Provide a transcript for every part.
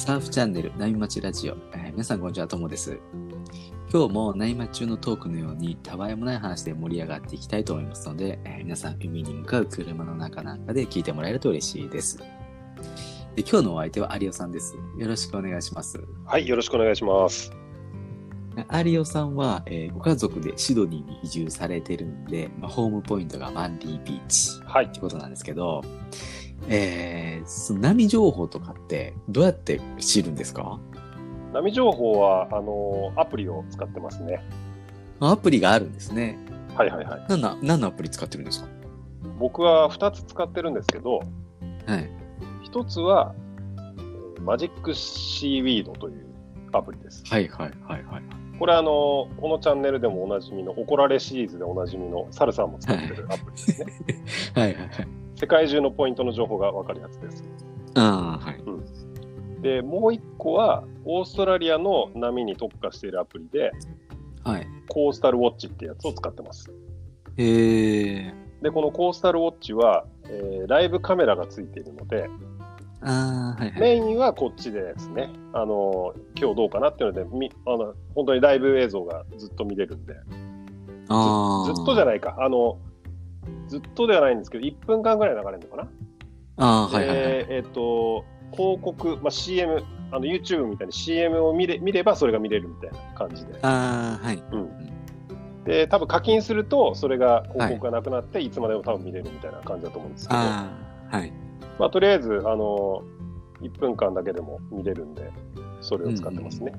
サーフチャンネル波町ラジオ、皆さんこんにちは、ともです。今日も波町中のトークのようにたわいもない話で盛り上がっていきたいと思いますので、皆さん海に向かう車の中なんかで聞いてもらえると嬉しいです。で、今日のお相手は有オさんです。よろしくお願いします。 はい、よろしくお願いします。 有オさんは、ご家族でシドニーに移住されてるんで、ホームポイントがマンリービーチってことなんですけど、その波情報とかってどうやって知るんですか？ 波情報はアプリを使ってますね。 アプリがあるんですね。 はいはいはい。 何のアプリ使ってるんですか？ 僕は2つ使ってるんですけど、 はい。 1つはマジックシーウィードというアプリです。 はいはいはいはい。 これこのチャンネルでもおなじみの怒られシリーズでおなじみのサルさんも使ってるアプリですね。 はいはいはい。 世界中のポイントの情報が分かるやつです。 ああ、はい。 で、もう1個はオーストラリアの波に特化しているアプリで、 はい。 コースタルウォッチってやつを使ってます。 へえ。 で、このコースタルウォッチは、ライブカメラがついているので、 ああ、はいはい。 メインはこっちでですね、今日どうかなっていうので、本当にライブ映像がずっと見れるんで、ずっとじゃないか、ずっとではないんですけど、1分間ぐらい流れるのかな。 ああ、はいはいはい。 広告、CM、YouTube みたいに CM を見ればそれが見れるみたいな感じで。 ああ、はい。 で、多分課金すると、それが広告がなくなって、いつまでも多分見れるみたいな感じだと思うんですけど、 ああ、はい。 とりあえず、1分間だけでも見れるんで、それを使ってますね。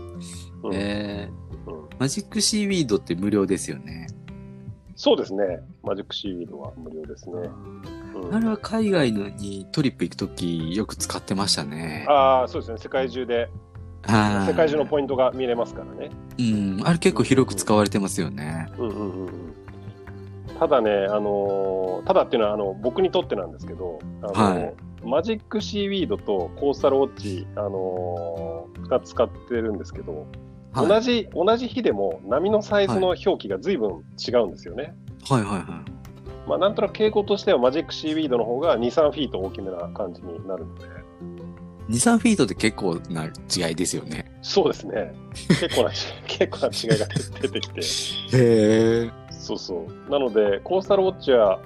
マジックシーウィードって無料ですよね。 そうですね。マジックシーウィードは無料ですね。 あれは海外にトリップ行くときよく使ってましたね。 ああ、そうですね。世界中で、世界中のポイントが見れますからね。 あれ結構広く使われてますよね。 ただね、ただっていうのは僕にとってなんですけど、マジックシーウィードとコースタルウォッチ、2つ使ってるんですけど、同じ日でも波のサイズの表記が随分違うんですよね。 はいはいはい。 なんとなく傾向としてはマジックシーウィードの方が2、3フィート大きめな感じになるので。 2、3フィートって結構な違いですよね。 そうですね。結構な違いが出てきて。 へー。 そうそう。なので、コースタルウォッチは、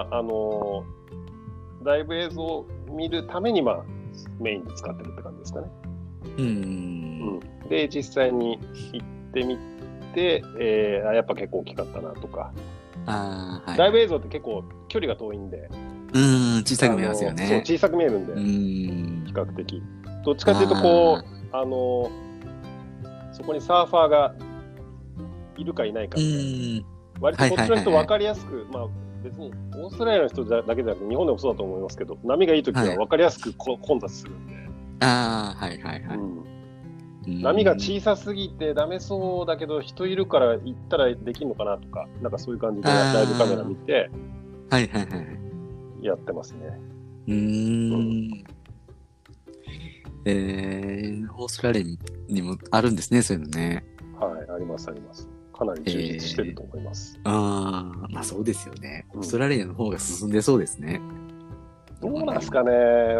ライブ映像を見るために、メインで使ってるって感じですかね。で、実際に行ってみて、やっぱ結構大きかったなとか。ライブ映像って結構距離が遠いんで。 小さく見えますよね。 そう、小さく見えるんで。比較的。どっちかというと、そこにサーファーがいるかいないかみたいな。割とこっちの人分かりやすく、別にオーストラリアの人だけじゃなくて日本でもそうだと思いますけど、波がいいときは分かりやすく混雑するんで。波が小さすぎてダメそうだけど人いるから行ったらできるのかなとか、なんかそういう感じでライブカメラ見てやってますね。 オーストラリアにもあるんですね、そういうのね。 はい、ありますあります。かなり充実してると思います。 そうですよね。オーストラリアの方が進んでそうですね。 どうなんですかね。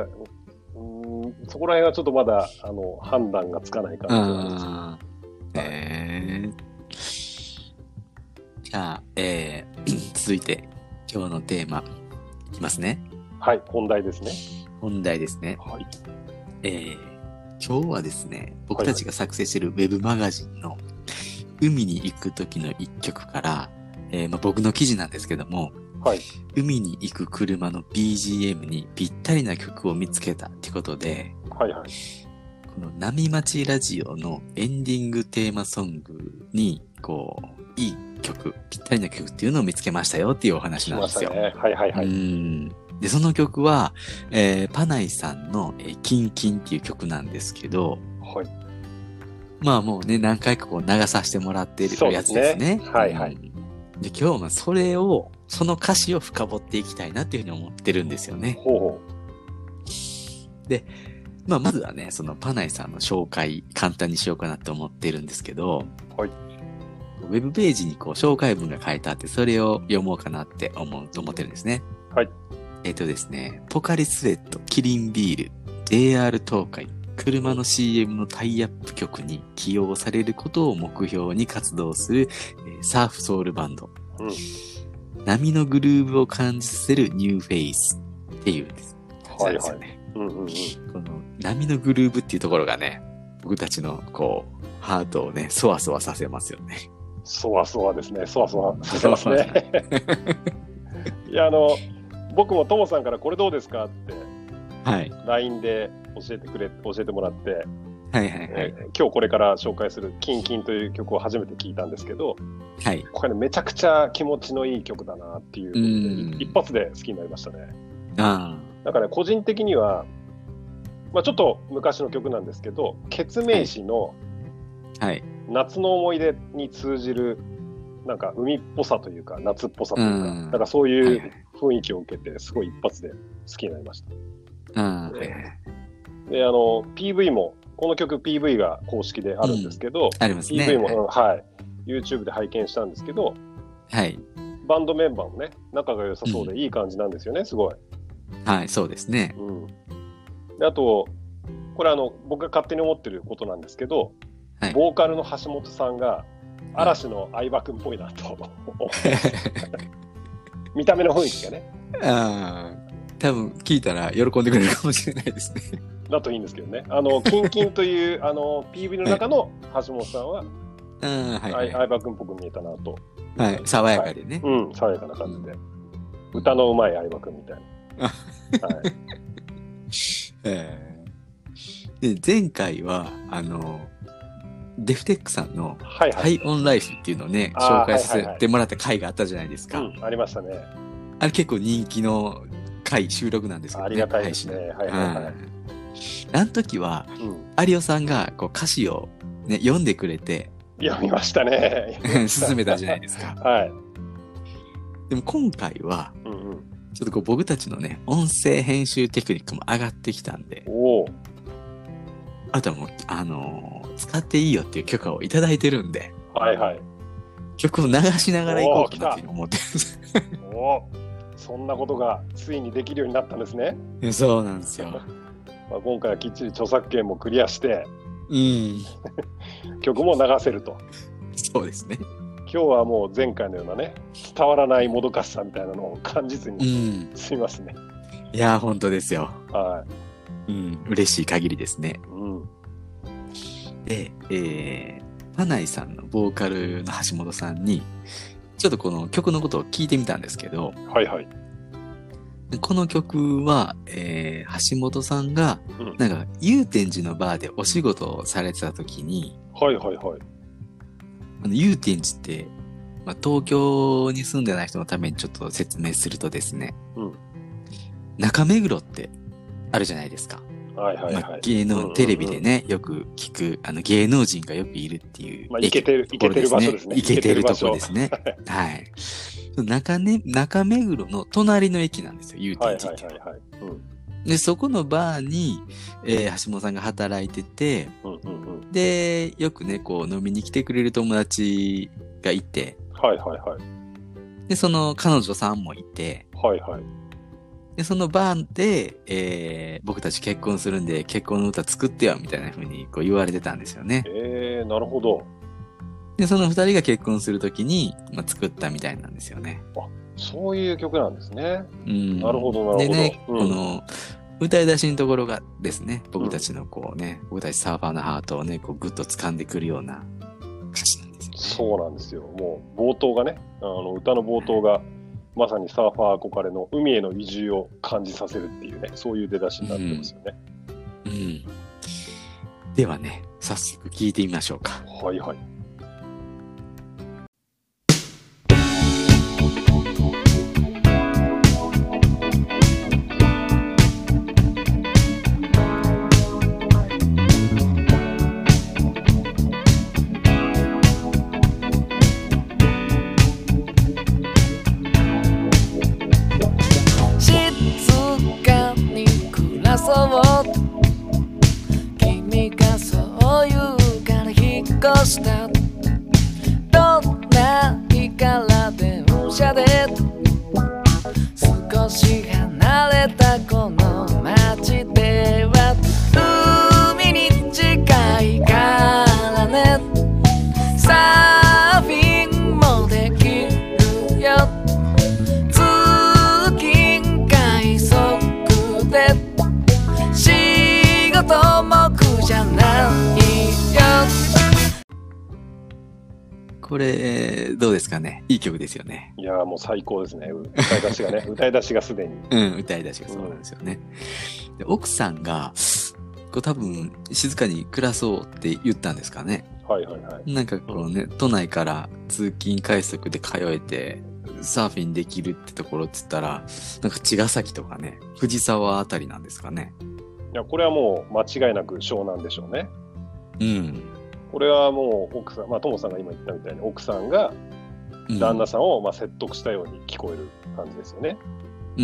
そこら辺はちょっとまだ判断がつかない感じです。 じゃあ、続いて今日のテーマいきますね。 はい、本題ですね。 本題ですね。 はい。 今日はですね、僕たちが作成しているウェブマガジンの海に行く時の一曲から、僕の記事なんですけども、海に行く車の BGM にぴったりな曲を見つけたってことで、この波町ラジオのエンディングテーマソングに、いい曲、ぴったりな曲っていうのを見つけましたよっていうお話なんですよ。で、その曲は、パナイさんの、キンキンっていう曲なんですけど、もうね、何回か流させてもらってるやつですね。で、今日はその歌詞を深掘っていきたいなっていうふうに思ってるんですよね。で、まずはね、そのパナイさんの紹介、簡単にしようかなと思ってるんですけど、ウェブページに紹介文が書いてあって、それを読もうかなって思ってるんですね。ですね、ポカリスエット、キリンビール、JR 東海、 車の CM のタイアップ曲に起用されることを目標に活動する、サーフソウルバンド。波のグルーヴを感じさせるニューフェイスっていうんです。はいはい。この波のグルーヴっていうところがね、僕たちのこう、ハートをね、そわそわさせますよね。 そわそわですね。そわそわさせますね。いや、僕もトモさんからこれどうですかって、はい。LINE で教えてもらって、はいはいはい。今日これから紹介するキンキンという曲を初めて聞いたんですけど、はい。これね、めちゃくちゃ気持ちのいい曲だなっていうことで、一発で好きになりましたね。だからね、個人的には、まあちょっと昔の曲なんですけど、ケツメイシの、はい。夏の思い出に通じる、なんか海っぽさというか、夏っぽさというか、なんかそういう雰囲気を受けて、すごい一発で好きになりました。で、PV も、この曲 PV が公式であるんですけど、ありますね。PV も、はい。YouTube で拝見したんですけど、はい。バンドメンバーもね、仲が良さそうでいい感じなんですよね、すごい。はい、そうですね。で、あと、これ僕が勝手に思ってることなんですけど、はい、ボーカルの橋本さんが嵐の相葉くんっぽいなと思って見た目の雰囲気がね。 多分聞いたら喜んでくれるかもしれないですね。 だといいんですけどね。キンキンというPV の中の橋本さんは、相葉くんっぽく見えたなと。はい、爽やかでね。爽やかな感じで。歌の上手い相葉くんみたいな。はい。 で、前回は、デフテックさんのハイオンライフっていうのをね、紹介させてもらった回があったじゃないですか。 ありましたね。 あれ結構人気の回、収録なんですけどね。 ありがたいですね。はいはいはい。 あの時は、有尾さんがこう歌詞をね、読んでくれて。 読みましたね。 進めたじゃないですか。はい。でも今回は、ちょっとこう僕たちのね、音声編集テクニックも上がってきたんで、あとはもう、使っていいよっていう許可をいただいてるんで、はいはい。曲を流しながら行こうかなって思ってるんです。 そんなことがついにできるようになったんですね。 そうなんですよ。 まあ今回はきっちり著作権もクリアして、曲も流せると。 そうですね。 今日はもう前回のようなね、伝わらないもどかしさみたいなのを感じずに済みますね。 いやー、本当ですよ。はい。嬉しい限りですね。で、パナイさんのボーカルの橋本さんに、ちょっとこの曲のことを聞いてみたんですけど、はいはい。この曲は、橋本さんが、なんか、祐天寺のバーでお仕事をされてた時に、はいはいはい。祐天寺って、まあ、東京に住んでない人のためにちょっと説明するとですね、中目黒ってあるじゃないですか。はいはいはい。まあ、テレビでね、よく聞く、芸能人がよくいるっていう。まあ、イケてる場所ですね。イケてるところですね。はい。中目黒の隣の駅なんですよ、祐天寺って。はいはいはいはい。で、そこのバーに、橋本さんが働いてて、で、よくね、こう飲みに来てくれる友達がいて、はいはいはい。で、その彼女さんもいて、はいはい。で、そのバーで、僕たち結婚するんで結婚の歌作ってよみたいな風にこう言われてたんですよね。 なるほど。 で、その二人が結婚するときに、まあ、作ったみたいなんですよね。 あ、そういう曲なんですね。なるほどなるほど。でね、 この、歌い出しのところがですね、僕たちのこうね、僕たちサーファーのハートをね、こうグッと掴んでくるような歌詞なんですよね。 そうなんですよ。もう冒頭がね、歌の冒頭が、まさにサーファー憧れの海への移住を感じさせるっていうね、そういう出だしになってますよね。 ではね、早速聞いてみましょうか。 はいはい。 君がそう言うから引っ越した。どんな日から電車で少し離れたこの街では海これ、どうですかね。いい曲ですよね。 いやーもう最高ですね。歌い出しがね、歌い出しがすでに。 歌い出しがそうなんですよね。で奥さんが、こう多分、静かに暮らそうって言ったんですかね。 はいはいはい。 なんかこうね、都内から通勤快速で通えて、サーフィンできるってところって言ったら、なんか茅ヶ崎とかね、藤沢あたりなんですかね。 いや、これはもう間違いなく湘南でしょうね。 うん。 これはもう奥さん、まあ、トモさんが今言ったみたいに、奥さんが旦那さんをまあ説得したように聞こえる感じですよね。 うん。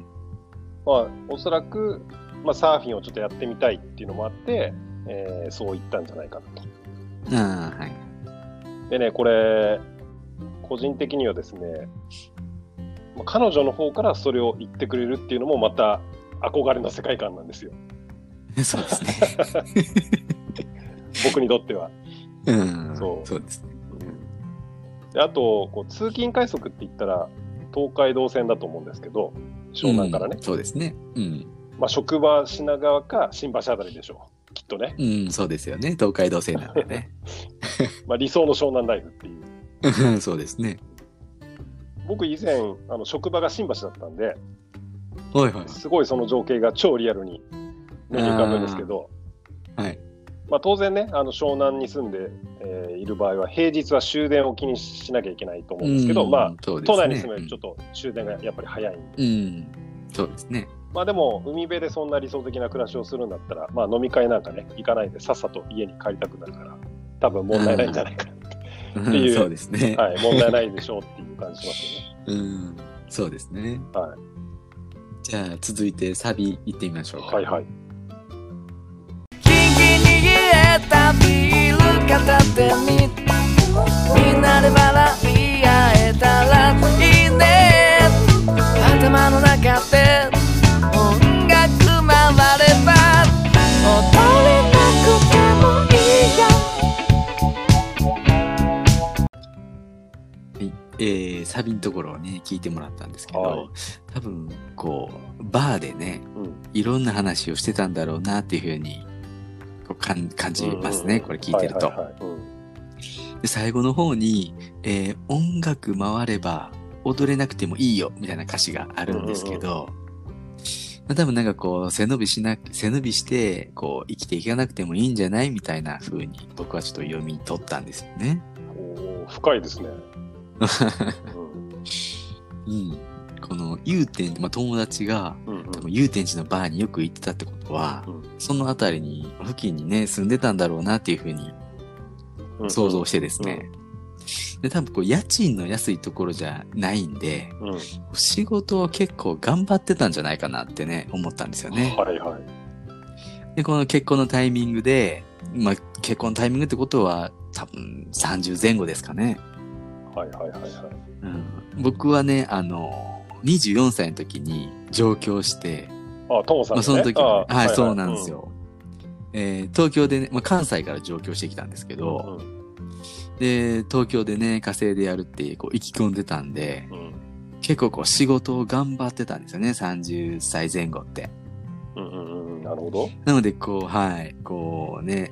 まあ、おそらく、まあ、サーフィンをちょっとやってみたいっていうのもあって、そう言ったんじゃないかなと。 ああ、はい。 でね、これ、個人的にはですね、彼女の方からそれを言ってくれるっていうのもまた憧れの世界観なんですよ。 そうですね。 僕にとっては。 うん。そうですね。 であとこう、通勤快速って言ったら、東海道線だと思うんですけど、湘南からね。 そうですね。うん。 まあ、職場品川か新橋あたりでしょう。きっとね。 うん、そうですよね。東海道線なんでね。 まあ理想の湘南ライフっていう。 そうですね。 僕以前、職場が新橋だったんで、 はいはい。 すごいその情景が超リアルに目に浮かぶんですけど、 はい。 まあ当然ね、湘南に住んで、いる場合は、平日は終電を気にしなきゃいけないと思うんですけど、まあ、都内に住むよりちょっと終電がやっぱり早いんで。 うん。そうですね。 まあでも、海辺でそんな理想的な暮らしをするんだったら、まあ飲み会なんかね、行かないでさっさと家に帰りたくなるから、多分問題ないんじゃないかなっていう。 そうですね。 はい、問題ないでしょうっていう感じしますよね。 うん。そうですね。 はい。 じゃあ、続いてサビ行ってみましょうか。 はいはい。 キンキンに冷えたビール片手にみんなで笑い合えたらいいね。頭の中で音楽回れば踊れなくてもいいよ。 はい、サビのところをね、聞いてもらったんですけど、 はい、 多分、こう、バーでね、いろんな話をしてたんだろうなっていうふうにこう感じますね、これ聞いてると。で最後の方に、音楽回れば踊れなくてもいいよみたいな歌詞があるんですけど、多分なんかこう背伸びしてこう生きていかなくてもいいんじゃないみたいな風に僕はちょっと読み取ったんですよね。 お深いですね。 うん、この祐天、友達が、多分祐天寺のバーによく行ってたってことは、そのあたりに付近にね住んでたんだろうなっていう風に想像してですね。で、多分こう家賃の安いところじゃないんで、仕事を結構頑張ってたんじゃないかなってね、思ったんですよね。 はいはい。 で、この結婚のタイミングで、結婚のタイミングってことは多分30前後ですかね。 はいはいはいはい。 僕はね、24歳の時に上京して、 トモさんね。 その時は、はい、そうなんですよ。東京でね、関西から上京してきたんですけど、で、東京でね、稼いでやるってこう意気込んでたんで、結構こう仕事を頑張ってたんですよね、30歳前後って。 なるほど。 なので、こう、はい、こうね、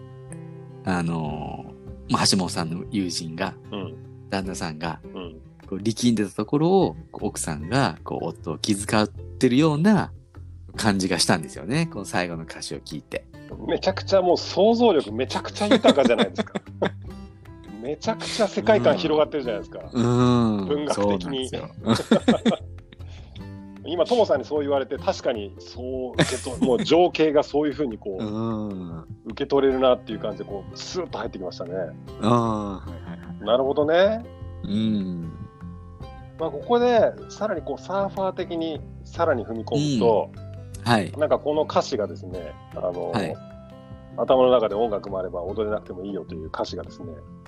橋本さんの友人が、旦那さんが、こう力んでたところを、奥さんが、こう、夫を気遣ってるような感じがしたんですよね、この最後の歌詞を聞いて。 めちゃくちゃもう想像力めちゃくちゃ豊かじゃないですか。めちゃくちゃ世界観広がってるじゃないですか。文学的に。今、トモさんにそう言われて、確かにそうもう情景がそういうふうにこう、受け取れるなっていう感じで、こう、スーッと入ってきましたね。なるほどね。ここで、さらにこう、サーファー的にさらに踏み込むと、なんかこの歌詞がですね、頭の中で音楽もあれば踊れなくてもいいよという歌詞がですね、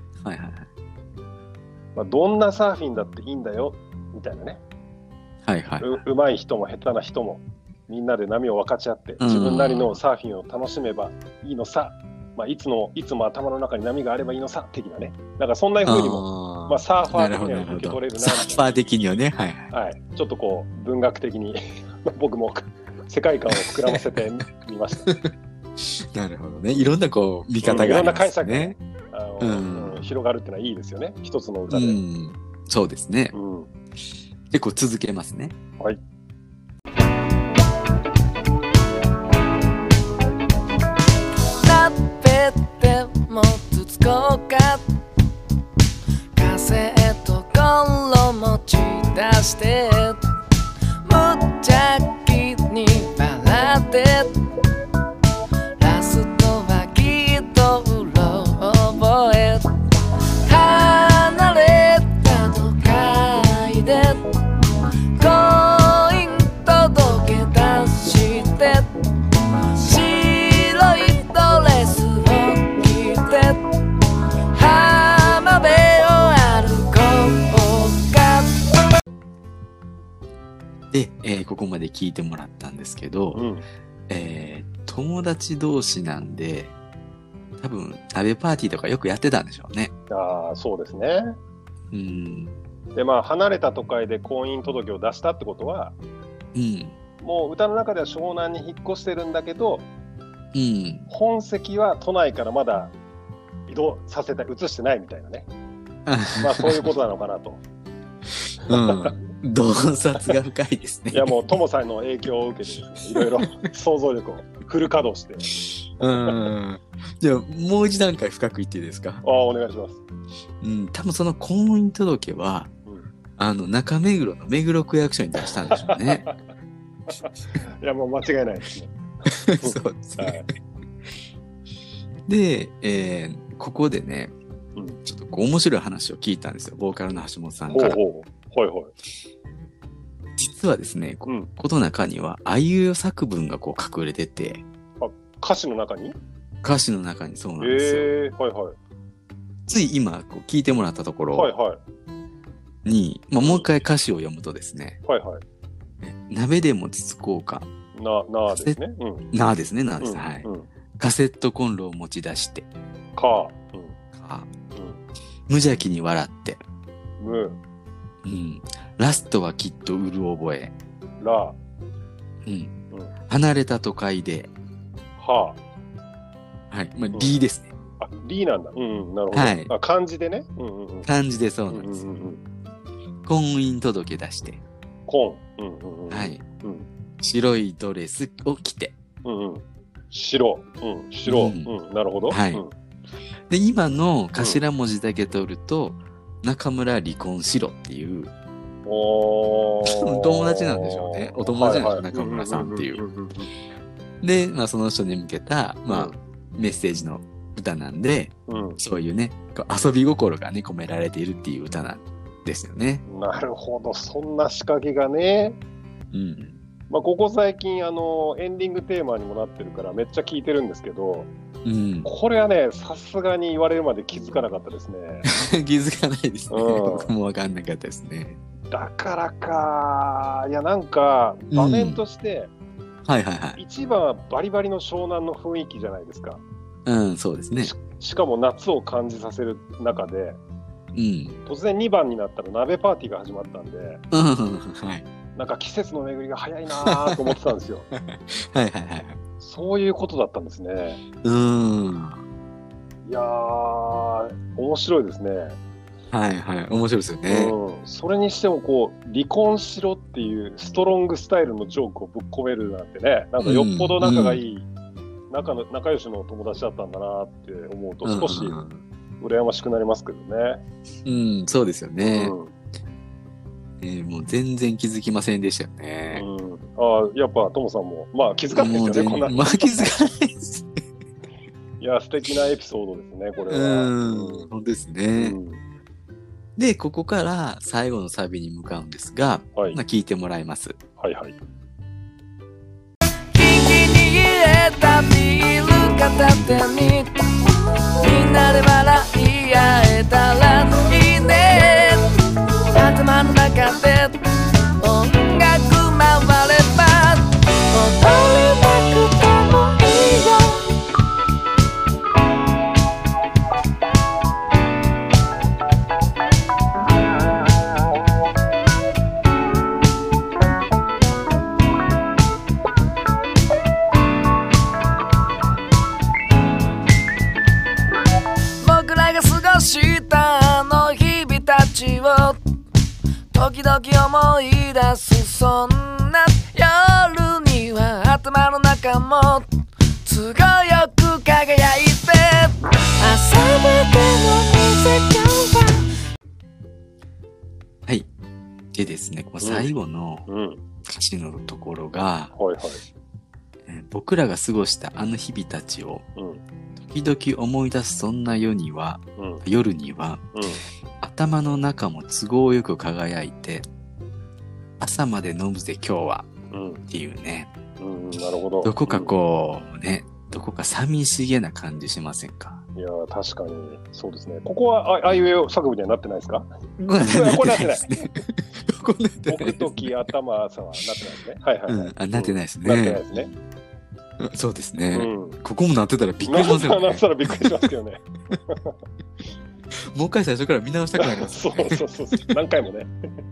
どんなサーフィンだっていいんだよみたいなね、うまい人も下手な人もみんなで波を分かち合って自分なりのサーフィンを楽しめばいいのさ、いつも頭の中に波があればいいのさ的なね、なんかそんな風にもサーファー的には受け取れるな。 サーファー的にはね、 ちょっとこう文学的に僕も世界観を膨らませてみました。 なるほどね。いろんなこう見方がありますね。 いろんな解釈、 広がるっていうのはいいですよね。一つの歌で。 そうですね。結構続けますね。 はい。 鍋でもつつこうか、カセットコンロ持ち出して、無邪気に笑ってラストはきっとうろ覚え、離れた都会でコイン届け出して、白いドレスを着て浜辺を歩こうか。 で、ここまで聞いてもらったんですけど、友達同士なんで、多分、鍋パーティーとかよくやってたんでしょうね。 ああ、そうですね。で、まあ、離れた都会で婚姻届を出したってことは、もう歌の中では湘南に引っ越してるんだけど、本籍は都内からまだ移動させた、移してないみたいなね。まあ、そういうことなのかなと。 洞察が深いですね。 いや、もう、トモさんの影響を受けてですね、いろいろ想像力をフル稼働して。 じゃあ、もう一段階深く言っていいですか？ お願いします。 多分その婚姻届は、中目黒の目黒区役所に出したんでしょうね。 いや、もう間違いないですね。 そうですね。で、ここでね、ちょっと面白い話を聞いたんですよ。ボーカルの橋本さんから。実はですね、この中には、あいうえお作文がこう隠れてて。 歌詞の中に？ 歌詞の中にそうなんですよ。つい今こう聞いてもらったところに、もう一回歌詞を読むとですね、鍋でもつつこうか。 なですね。 なですね、なです。はい。カセットコンロを持ち出して。無邪気に笑って。ラストはきっとうる覚え。離れた都会で。はい。まあ、D ですね。 D なんだ。なるほど。はい。漢字でね。 漢字でそうなんです。婚姻届出して。はい。白いドレスを着て。 白。なるほど。 はい。で、今の頭文字だけ取ると、中村離婚しろっていう、友達なんでしょうね。お友達なんでしょう、中村さんっていう。で、まあその人に向けた、まあ、メッセージの歌なんで、そういうね、遊び心がね、込められているっていう歌なんですよね。 なるほど、そんな仕掛けがね。まあここ最近、エンディングテーマにもなってるからめっちゃ聞いてるんですけど、これはね、さすがに言われるまで気づかなかったですね。 気づかないですね。僕も分かんなかったですね。 だからか、いやなんか場面として、一番はバリバリの湘南の雰囲気じゃないですか。 そうですね。 しかも夏を感じさせる中で、突然2番になったら鍋パーティーが始まったんで、なんか季節の巡りが早いなと思ってたんですよ。そういうことだったんですね。いやー、面白いですね。 面白いですよね。 それにしてもこう離婚しろっていうストロングスタイルのジョークをぶっ込めるなんてね、なんかよっぽど仲がいい、仲良しの友達だったんだなって思うと少し羨ましくなりますけどね。 そうですよね。もう全然気づきませんでしたよね。 やっぱトモさんもまあ気づかないですよね、こんな。 まあ気づかないです。 いや、素敵なエピソードですね、これは。 本当ですね。で、ここから最後のサビに向かうんですが、聞いてもらいます。 キンキンに冷えたビール片手にみんなで笑い合えたらいいね。頭の中で音楽回れば踊りなくてもいいよ。 を時々思い出す。そんな夜には頭の中も都合よく輝いて、朝までの水間は。 はい。でですね、この最後の歌詞のところが、僕らが過ごしたあの日々たちを、時々思い出すそんな夜には、頭の中も都合よく輝いて、朝まで飲むぜ今日は、っていうね。 なるほど。 どこかこうね、どこか寂しげな感じしませんか？ いや確かにそうですね。ここはあいうえお作文にはなってないですか？これなってない。僕とき頭朝はなってないですね。はいはいはい。 なってないですね。 なってないですね。 そうですね。ここもなってたらびっくりしますよね。 なってたらびっくりしますよね。 もう一回最初から見直したくなりますね。そう。何回もね。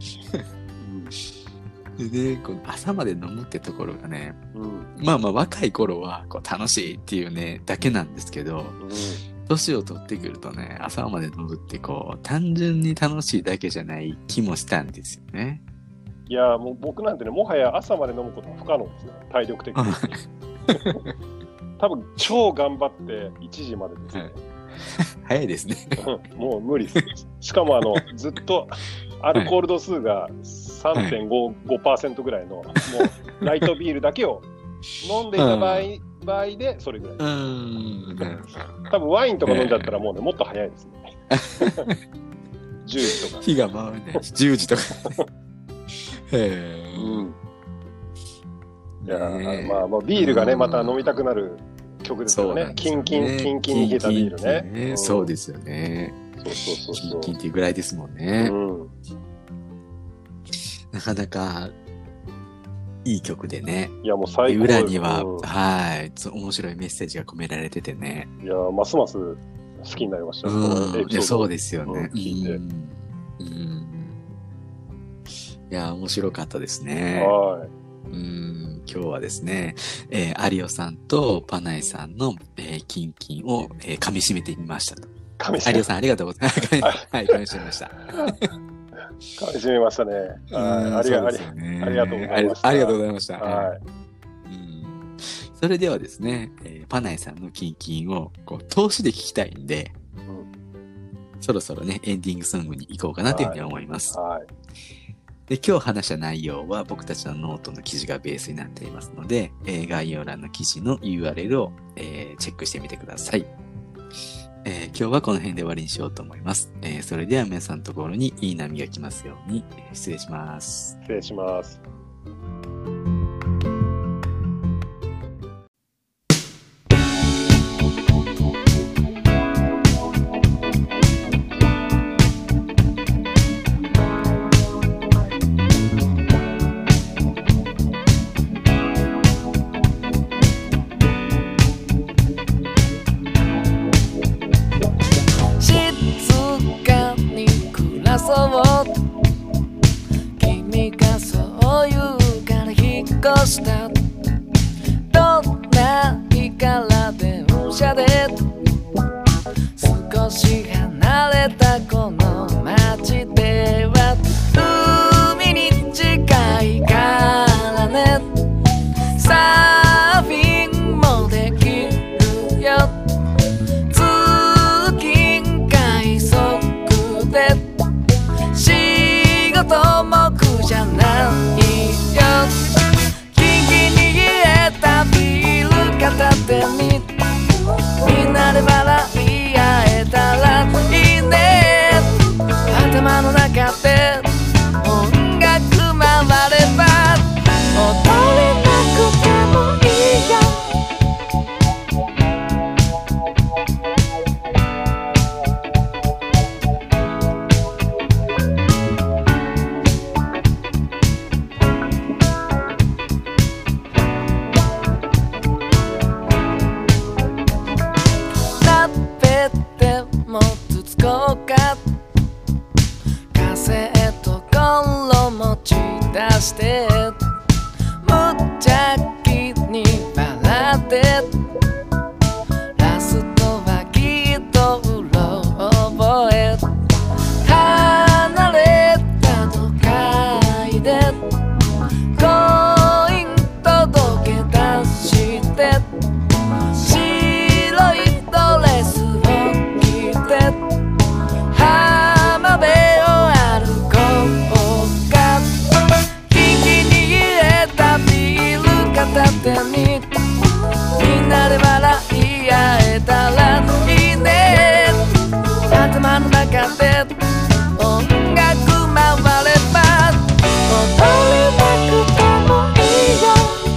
でね、この朝まで飲むってところがね、まあ若い頃はこう楽しいっていうね、だけなんですけど、年を取ってくるとね、朝まで飲むってこう、単純に楽しいだけじゃない気もしたんですよね。 いやもう僕なんてね、もはや朝まで飲むことは不可能ですよ、体力的に。多分超頑張って1時までですね。 早いですね。 もう無理です。しかもずっとアルコール度数が 3.5% ぐらいの、もうライトビールだけを飲んでいた場合でそれぐらい。多分ワインとか飲んじゃったらもうね、もっと早いですね。10時とか。 日が回るね。10時とか。 いやまあビールがね、また飲みたくなる曲ですよね。キンキンに冷えたビールね。 そうですよね。 そう。 キンキンっていうぐらいですもんね。なかなかいい曲でね。 いやもう最高。 裏には、面白いメッセージが込められててね。 いやますます好きになりました。 そうですよね。いや面白かったですね。今日はですね、有オさんとパナイさんの、キンキンを、噛み締めてみましたと。有オさんありがとうございます。はい、噛み締めました。 噛み締めましたね。ありがとうございました。 ありがとうございました。それではですね、パナイさんのキンキンをこう通しで聞きたいんで、そろそろね、エンディングソングに行こうかなというふうに思います。で、今日話した内容は僕たちのノートの記事がベースになっていますので、概要欄の記事の URL を、チェックしてみてください。今日はこの辺で終わりにしようと思います。それでは皆さんのところにいい波が来ますように、失礼します。 失礼します。 君がそう言うから引っ越した。どんな日から電車で少し離れたこの街では海に近いからね、サーフィンもできるよ。通勤快速で仕事も苦じゃないよ。キンキンに冷えたビール片手にみんなで笑い合えたらいいね。頭の中で音楽回れば踊れなくてもいいよ。カセットコンロ持ち出して無邪気に笑ってラストはきっとうろ覚え離れ手にみんなで笑い合えたらいいね。頭の中で音楽回れば踊れなくてもいいよ。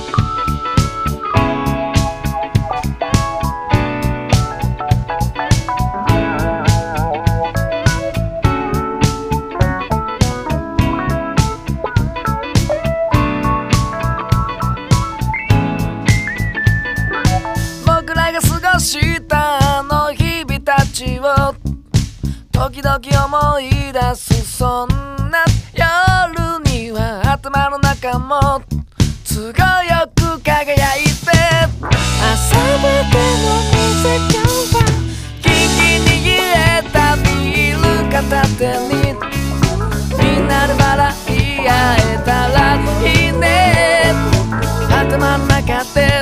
僕らが過ごしたあの日々たちを時々思い出す。そんな夜には頭の中も都合よく輝いて朝までの時間はキンキンに冷えたビール片手にみんなで笑い合えたらいいね。頭の中で